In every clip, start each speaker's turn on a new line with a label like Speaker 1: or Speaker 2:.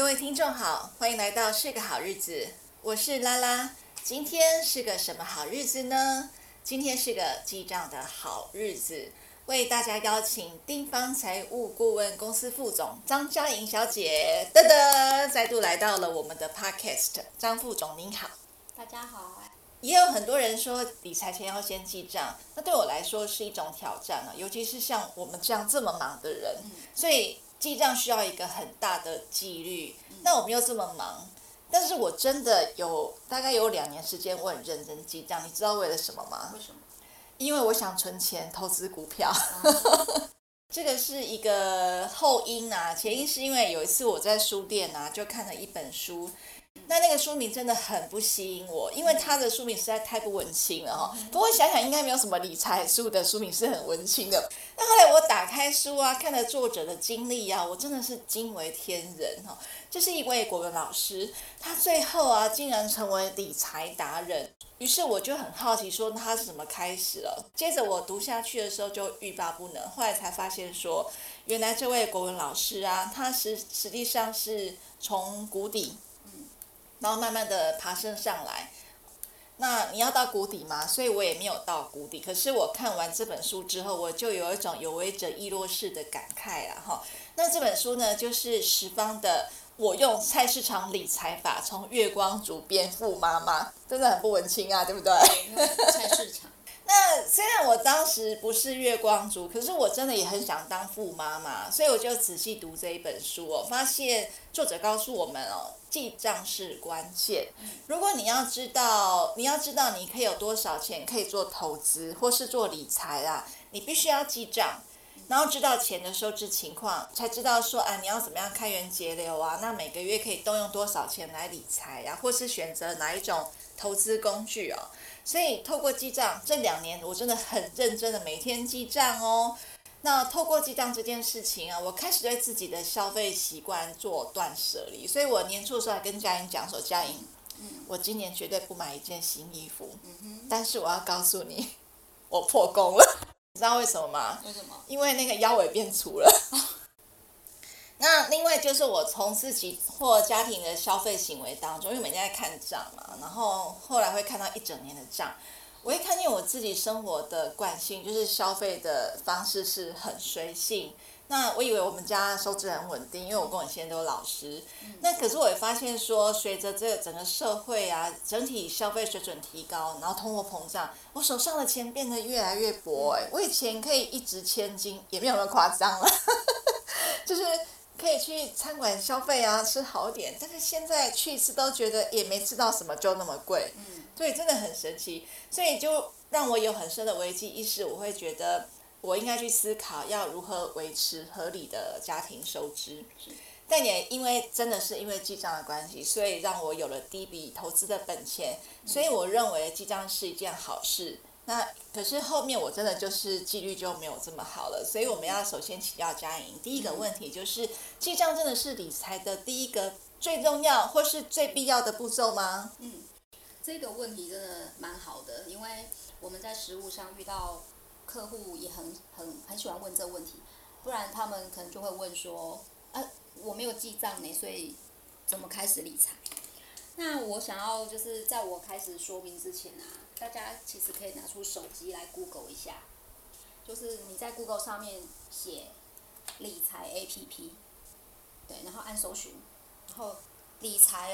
Speaker 1: 位听众好，欢迎来到是个好日子，我是拉拉。今天是个什么好日子呢？今天是个记账的好日子，为大家邀请丁方财务顾问公司副总张佳莹小姐，再度来到了我们的 podcast。张副总您好。
Speaker 2: 大家好。
Speaker 1: 也有很多人说理财前要先记账，那对我来说是一种挑战啊，尤其是像我们这样这么忙的人，所以记账需要一个很大的纪律。那我们又这么忙，但是我真的大概有2年时间，我很认真记账。你知道为了什么吗？
Speaker 2: 为什么？
Speaker 1: 因为我想存钱投资股票。这个是一个后因啊，前因是因为有一次我在书店啊，就看了一本书。那个书名真的很不吸引我，因为它的书名实在太不文青了哈。不过想想应该没有什么理财书的书名是很文青的。那后来我打开书啊，看了作者的经历啊，我真的是惊为天人哈。这是一位国文老师，他最后啊竟然成为理财达人。于是我就很好奇说他是怎么开始了。接着我读下去的时候就欲罢不能，后来才发现说，原来这位国文老师啊，他实际上是从谷底。然后慢慢的爬升上来。那你要到谷底吗？所以我也没有到谷底。可是我看完这本书之后，我就有一种有为者亦若是的感慨啦哈。那这本书呢，就是十方的我用菜市场理财法从月光族变富妈妈，真的很不文青啊，对不对？
Speaker 2: 菜市场。
Speaker 1: 那虽然我当时不是月光族，可是我真的也很想当富妈妈，所以我就仔细读这一本书哦，发现作者告诉我们哦，记账是关键。如果你要知道你可以有多少钱可以做投资或是做理财啊，你必须要记账。然后知道钱的收支情况，才知道说你要怎么样开源节流啊，那每个月可以动用多少钱来理财啊，或是选择哪一种投资工具哦。所以透过记账，这2年我真的很认真的每天记账哦。那透过记账这件事情啊，我开始对自己的消费习惯做断舍离。所以我年初的时候还跟佳莹讲说，佳莹，我今年绝对不买一件新衣服。但是我要告诉你，我破功了。你知道为什么吗？
Speaker 2: 为什么？
Speaker 1: 因为那个腰围变粗了。那另外就是我从自己或家庭的消费行为当中，因为每天在看账嘛，然后后来会看到一整年的账，我会看见我自己生活的惯性，就是消费的方式是很随性。那我以为我们家收支很稳定，因为我跟我先生都是老师。那可是我也发现说，随着这个整个社会啊，整体消费水准提高，然后通货膨胀，我手上的钱变得越来越薄。我以前可以一掷千金，也没有那么夸张了，就是可以去餐馆消费啊，吃好点。但是现在去一次都觉得也没吃到什么就那么贵，所以真的很神奇。所以就让我有很深的危机意识，我会觉得我应该去思考要如何维持合理的家庭收支。但也真的是因为记账的关系，所以让我有了第一笔投资的本钱。所以我认为记账是一件好事。那可是后面我真的就是纪律就没有这么好了，所以我们要首先请教佳莹。第一个问题就是，记账真的是理财的第一个最重要或是最必要的步骤吗？
Speaker 2: 这个问题真的蛮好的，因为我们在实务上遇到客户也很喜欢问这个问题，不然他们可能就会问说，我没有记账呢，所以怎么开始理财？那我想要就是在我开始说明之前啊，大家其实可以拿出手机来 Google 一下，就是你在 Google 上面写理财 APP， 对，然后按搜寻，然后理财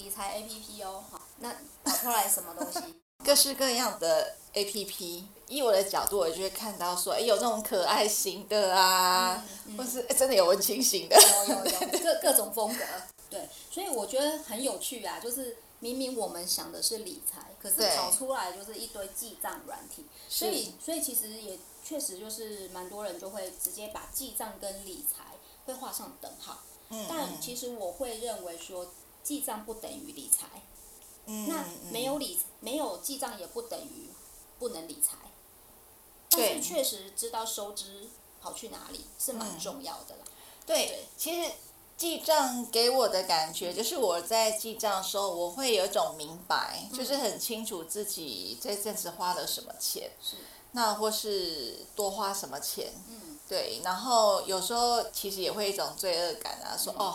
Speaker 2: APP 哦，好，那跑出来什么东西？
Speaker 1: 各式各样的 APP， 以我的角度，我就会看到说，有这种可爱型的啊，或是真的有文青型的，
Speaker 2: 有各种风格，对，所以我觉得很有趣啊，就是明明我们想的是理财，可是跑出来就是一堆记账软体，所以其实也确实就是蛮多人就会直接把记账跟理财会画上等号，但其实我会认为说记账不等于理财。那没有记账也不等于不能理财，但是确实知道收支跑去哪里是蛮重要的啦。
Speaker 1: 对，其实记账给我的感觉就是我在记账的时候，我会有一种明白，就是很清楚自己这阵子花了什么钱，那或是多花什么钱，对，然后有时候其实也会一种罪恶感啊，说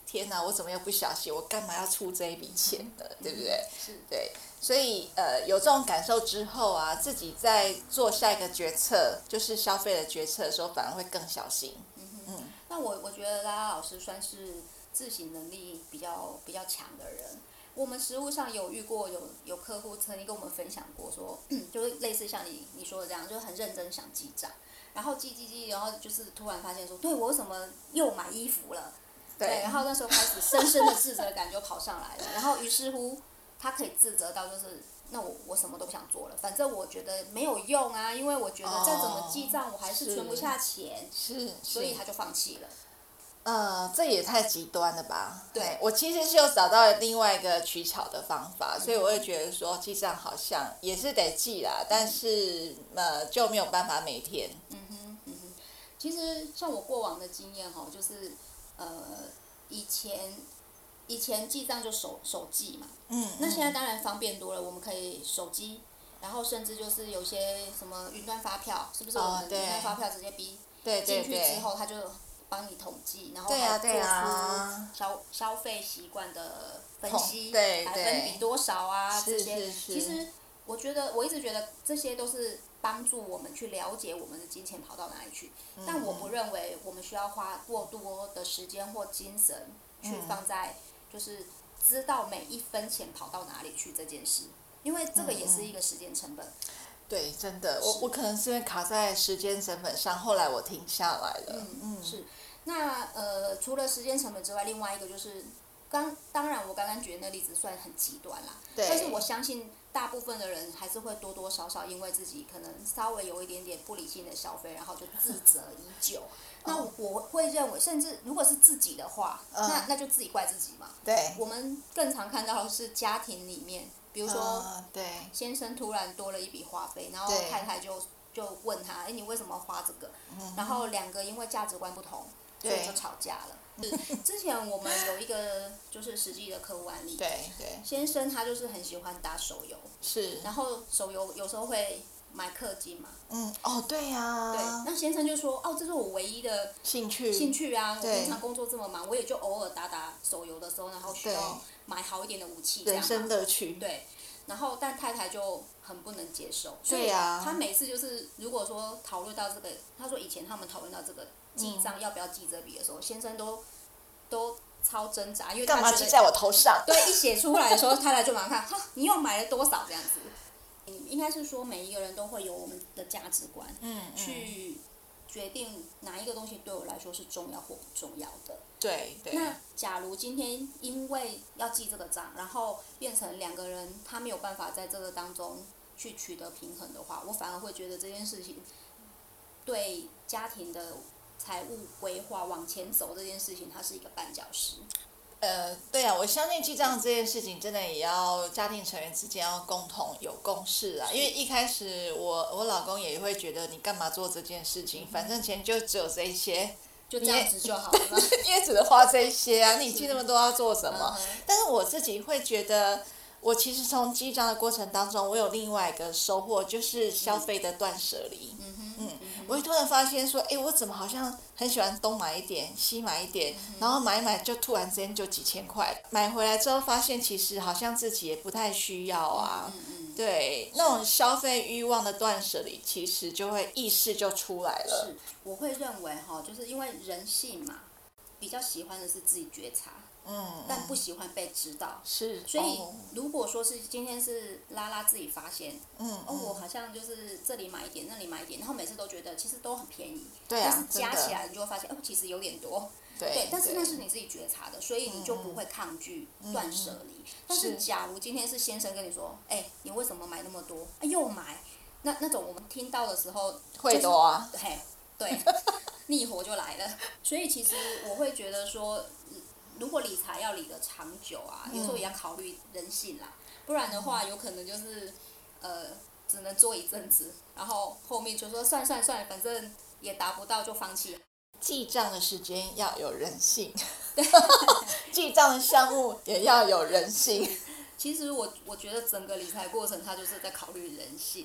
Speaker 1: 天哪，我怎么又不小心？我干嘛要出这一笔钱呢？对不对？
Speaker 2: 是，
Speaker 1: 对，所以有这种感受之后啊，自己在做下一个决策，就是消费的决策的时候，反而会更小心。
Speaker 2: 那我觉得拉拉老师算是自省能力比较强的人。我们实务上有遇过有客户曾经跟我们分享过说，就是类似像你说的这样，就是很认真想记账，然后记，然后就是突然发现说，对我为什么又买衣服了？对，然后那时候开始深深的自责感就跑上来了，然后于是乎他可以自责到就是那我什么都不想做了，反正我觉得没有用啊，因为我觉得再怎么记账我还是存不下钱，所以他就放弃了。
Speaker 1: 这也太极端了吧？
Speaker 2: 对，
Speaker 1: 我其实是有找到另外一个取巧的方法，所以我会觉得说记账好像也是得记啦，但是就没有办法每天。
Speaker 2: 其实像我过往的经验哈，就是以前记账就手记嘛，那现在当然方便多了，我们可以手机，然后甚至就是有些什么云端发票，是不是我们云端发票直接逼进去之后，它就帮你统计，然后还做出消费习惯的分析，百分比多少啊这些。其实我一直觉得这些都是帮助我们去了解我们的金钱跑到哪里去，但我不认为我们需要花过多的时间或精神去放在就是知道每一分钱跑到哪里去这件事，因为这个也是一个时间成本。
Speaker 1: 对，真的，我可能是因为卡在时间成本上，后来我停下来了。
Speaker 2: 是。那除了时间成本之外，另外一个就是当然我刚刚举的那例子算很极端啦，但是我相信大部分的人还是会多多少少因为自己可能稍微有一点点不理性的消费，然后就自责已久。那我会认为，甚至如果是自己的话，那就自己怪自己嘛。
Speaker 1: 对。
Speaker 2: 我们更常看到的是家庭里面，比如说，先生突然多了一笔花费，然后太太就问他，你为什么花这个？然后两个因为价值观不同，所以就吵架了。之前我们有一个就是实际的客户案例，先生他就是很喜欢打手游，然后手游有时候会买氪金嘛，
Speaker 1: 对呀，
Speaker 2: 对，那先生就说，这是我唯一的兴趣啊，我平常工作这么忙，我也就偶尔打手游的时候，然后需要买好一点的武器，
Speaker 1: 人生乐趣，
Speaker 2: 对。然后，但太太就很不能接受，所以他每次就是如果说讨论到这个，他说以前他们讨论到这个记账要不要记这笔的时候，先生都超挣扎，因为
Speaker 1: 干嘛记在我头上？
Speaker 2: 对，一写出来的时候，太太就马上看，你又买了多少这样子。应该是说每一个人都会有我们的价值观，去决定哪一个东西对我来说是重要或不重要的。
Speaker 1: 对。
Speaker 2: 那假如今天因为要记这个账，然后变成两个人他没有办法在这个当中去取得平衡的话，我反而会觉得这件事情对家庭的财务规划往前走这件事情，它是一个绊脚石。
Speaker 1: 对啊，我相信记账这件事情真的也要家庭成员之间要共同有共识啊。因为一开始我老公也会觉得你干嘛做这件事情，反正钱就只有这些，
Speaker 2: 就这样子就好了嘛。
Speaker 1: 你也只能花这些啊，你记那么多要做什么？但是我自己会觉得，我其实从记账的过程当中，我有另外一个收获，就是消费的断舍离。我会突然发现说，我怎么好像很喜欢东买一点，西买一点，然后买一买就突然之间就几千块，买回来之后发现其实好像自己也不太需要啊。对，那种消费欲望的断舍离，其实就会意识就出来了。
Speaker 2: 是，我会认为就是因为人性嘛，比较喜欢的是自己觉察。但不喜欢被知道，所以如果说是今天是拉拉自己发现，我好像就是这里买一点，那里买一点，然后每次都觉得其实都很便宜，但是加起来你就会发现，其实有点多，对，但是那是你自己觉察的，所以你就不会抗拒断舍离。但是假如今天是先生跟你说，你为什么买那么多？又买，那种我们听到的时候
Speaker 1: 会多啊，
Speaker 2: 对，逆火就来了。所以其实我会觉得说，如果理财要理得长久啊，有时候也要考虑人性啦，不然的话有可能就是只能做一阵子，然后后面就说算，反正也达不到就放弃。
Speaker 1: 记账的时间要有人性，记账的项目也要有人性。
Speaker 2: 其实我觉得整个理财过程它就是在考虑人性。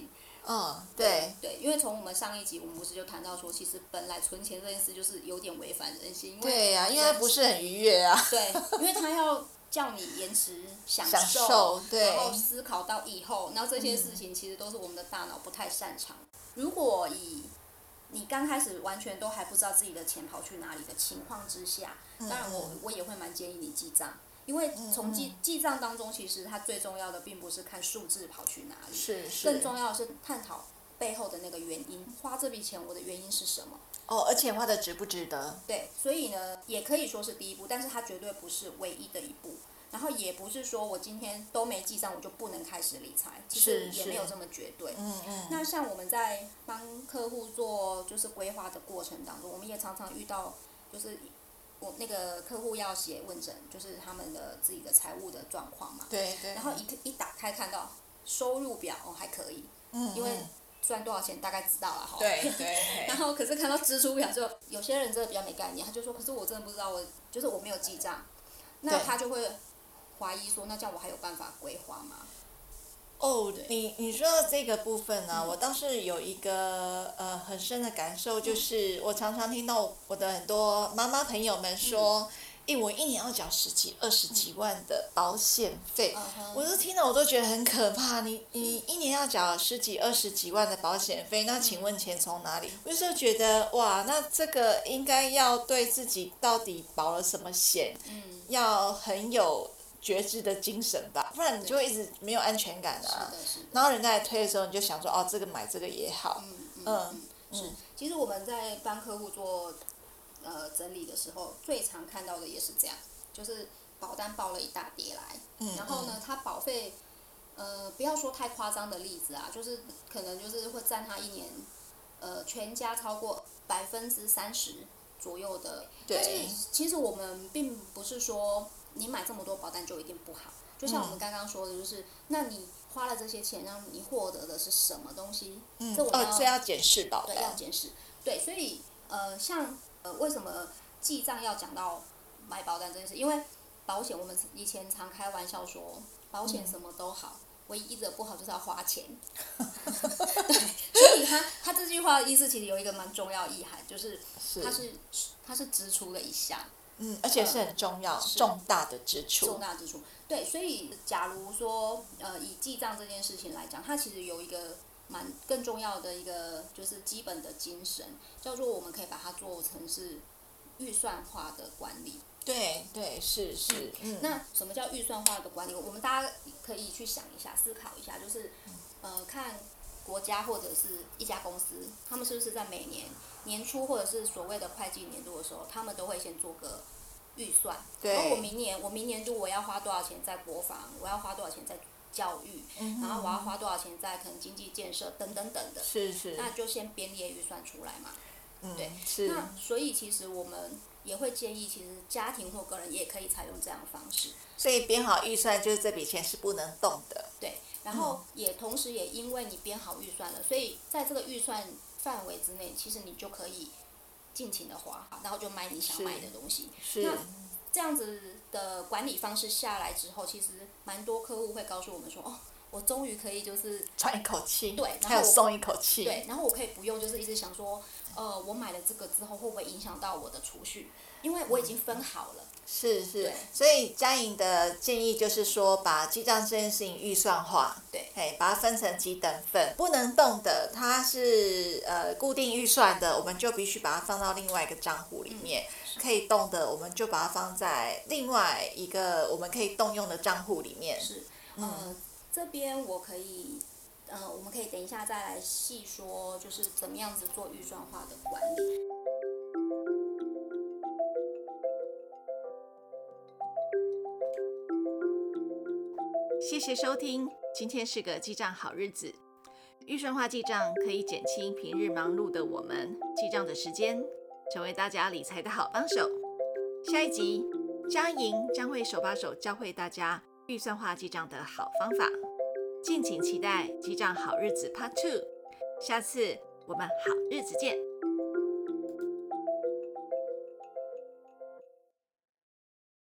Speaker 1: 对
Speaker 2: 对，因为从我们上一集我们不是就谈到说，其实本来存钱这件事就是有点违反人性，
Speaker 1: 对呀，因为它不是很愉悦啊。
Speaker 2: 对，因为它要叫你延迟享
Speaker 1: 受，对，
Speaker 2: 然后思考到以后，然后这些事情其实都是我们的大脑不太擅长。如果以你刚开始完全都还不知道自己的钱跑去哪里的情况之下，当然我也会蛮建议你记账。因为从记账当中，其实它最重要的并不是看数字跑去哪里，
Speaker 1: 是
Speaker 2: 更重要的是探讨背后的那个原因，花这笔钱我的原因是什么？
Speaker 1: 而且花的值不值得？
Speaker 2: 对，所以呢，也可以说是第一步，但是它绝对不是唯一的一步。然后也不是说我今天都没记账，我就不能开始理财，其实也没有这么绝对。那像我们在帮客户做就是规划的过程当中，我们也常常遇到就是我那个客户要写问诊，就是他们的自己的财务的状况嘛。
Speaker 1: 对。
Speaker 2: 然后一打开看到收入表还可以，因为赚多少钱大概知道了哈。
Speaker 1: 对。
Speaker 2: 然后可是看到支出表，就有些人真的比较没概念，他就说：“可是我真的不知道，我没有记账。”那他就会怀疑说：“那这样我还有办法规划吗？”
Speaker 1: 你说的这个部分呢，我倒是有一个很深的感受，就是我常常听到我的很多妈妈朋友们说，我一年要缴10几、20几万的保险费，我就听了我都觉得很可怕。你一年要缴10几、20几万的保险费，那请问钱从哪里？我有时候觉得哇，那这个应该要对自己到底保了什么险，要很有觉知的精神吧，不然你就会一直没有安全感啊。
Speaker 2: 是的。
Speaker 1: 然后人家来推的时候，你就想说这个买这个也好。
Speaker 2: 是。其实我们在帮客户做整理的时候，最常看到的也是这样，就是保单报了一大叠来，然后呢，他保费不要说太夸张的例子啊，就是可能就是会占他一年全家超过30%左右的。
Speaker 1: 对。
Speaker 2: 但是其实我们并不是说你买这么多保单就一定不好，就像我们刚刚说的，就是那你花了这些钱，让你获得的是什么东西？
Speaker 1: 这要检视保单。
Speaker 2: 对，要检视。对，所以像为什么记账要讲到买保单这件事？因为保险我们以前常开玩笑说，保险什么都好，唯一的不好就是要花钱。对，所以他这句话的意思其实有一个蛮重要的意涵，就是它是支出的一项。
Speaker 1: 而且是很重要、重大的支出。
Speaker 2: 重大支出。对，所以假如说以记账这件事情来讲，它其实有一个更重要的一个就是基本的精神，叫做我们可以把它做成是预算化的管理。
Speaker 1: 对，是。
Speaker 2: 那什么叫预算化的管理？我们大家可以去想一下、思考一下，就是看国家或者是一家公司，他们是不是在每年年初或者是所谓的会计年度的时候，他们都会先做个预算。
Speaker 1: 对。
Speaker 2: 然后我明年度我要花多少钱在国防，我要花多少钱在教育，然后我要花多少钱在可能经济建设等等等的。
Speaker 1: 是。
Speaker 2: 那就先编列预算出来嘛。对。
Speaker 1: 是。
Speaker 2: 那所以其实我们也会建议，其实家庭或个人也可以采用这样的方式。
Speaker 1: 所以编好预算，就是这笔钱是不能动的。
Speaker 2: 对。然后同时也因为你编好预算了，所以在这个预算范围之内，其实你就可以尽情的花，然后就买你想买的东西。那这样子的管理方式下来之后，其实蛮多客户会告诉我们说，我终于可以就是
Speaker 1: 喘一口气。
Speaker 2: 对。
Speaker 1: 还有松一口气。
Speaker 2: 对，然后我可以不用就是一直想说，我买了这个之后会不会影响到我的储蓄？因为我已经分好了。
Speaker 1: 是。所以佳莹的建议就是说，把记账这件事情预算化。
Speaker 2: 对。
Speaker 1: 把它分成几等份，不能动的它是固定预算的，我们就必须把它放到另外一个账户里面。可以动的，我们就把它放在另外一个我们可以动用的账户里面。
Speaker 2: 是。这边我们可以等一下再来细说，就是怎么样子做预算化的管理。
Speaker 1: 谢谢收听，今天是个记账好日子。预算化记账可以减轻平日忙碌的我们记账的时间，成为大家理财的好帮手。下一集，佳莹将会手把手教会大家预算化记账的好方法，敬请期待记账好日子 Part 2。下次我们好日子见。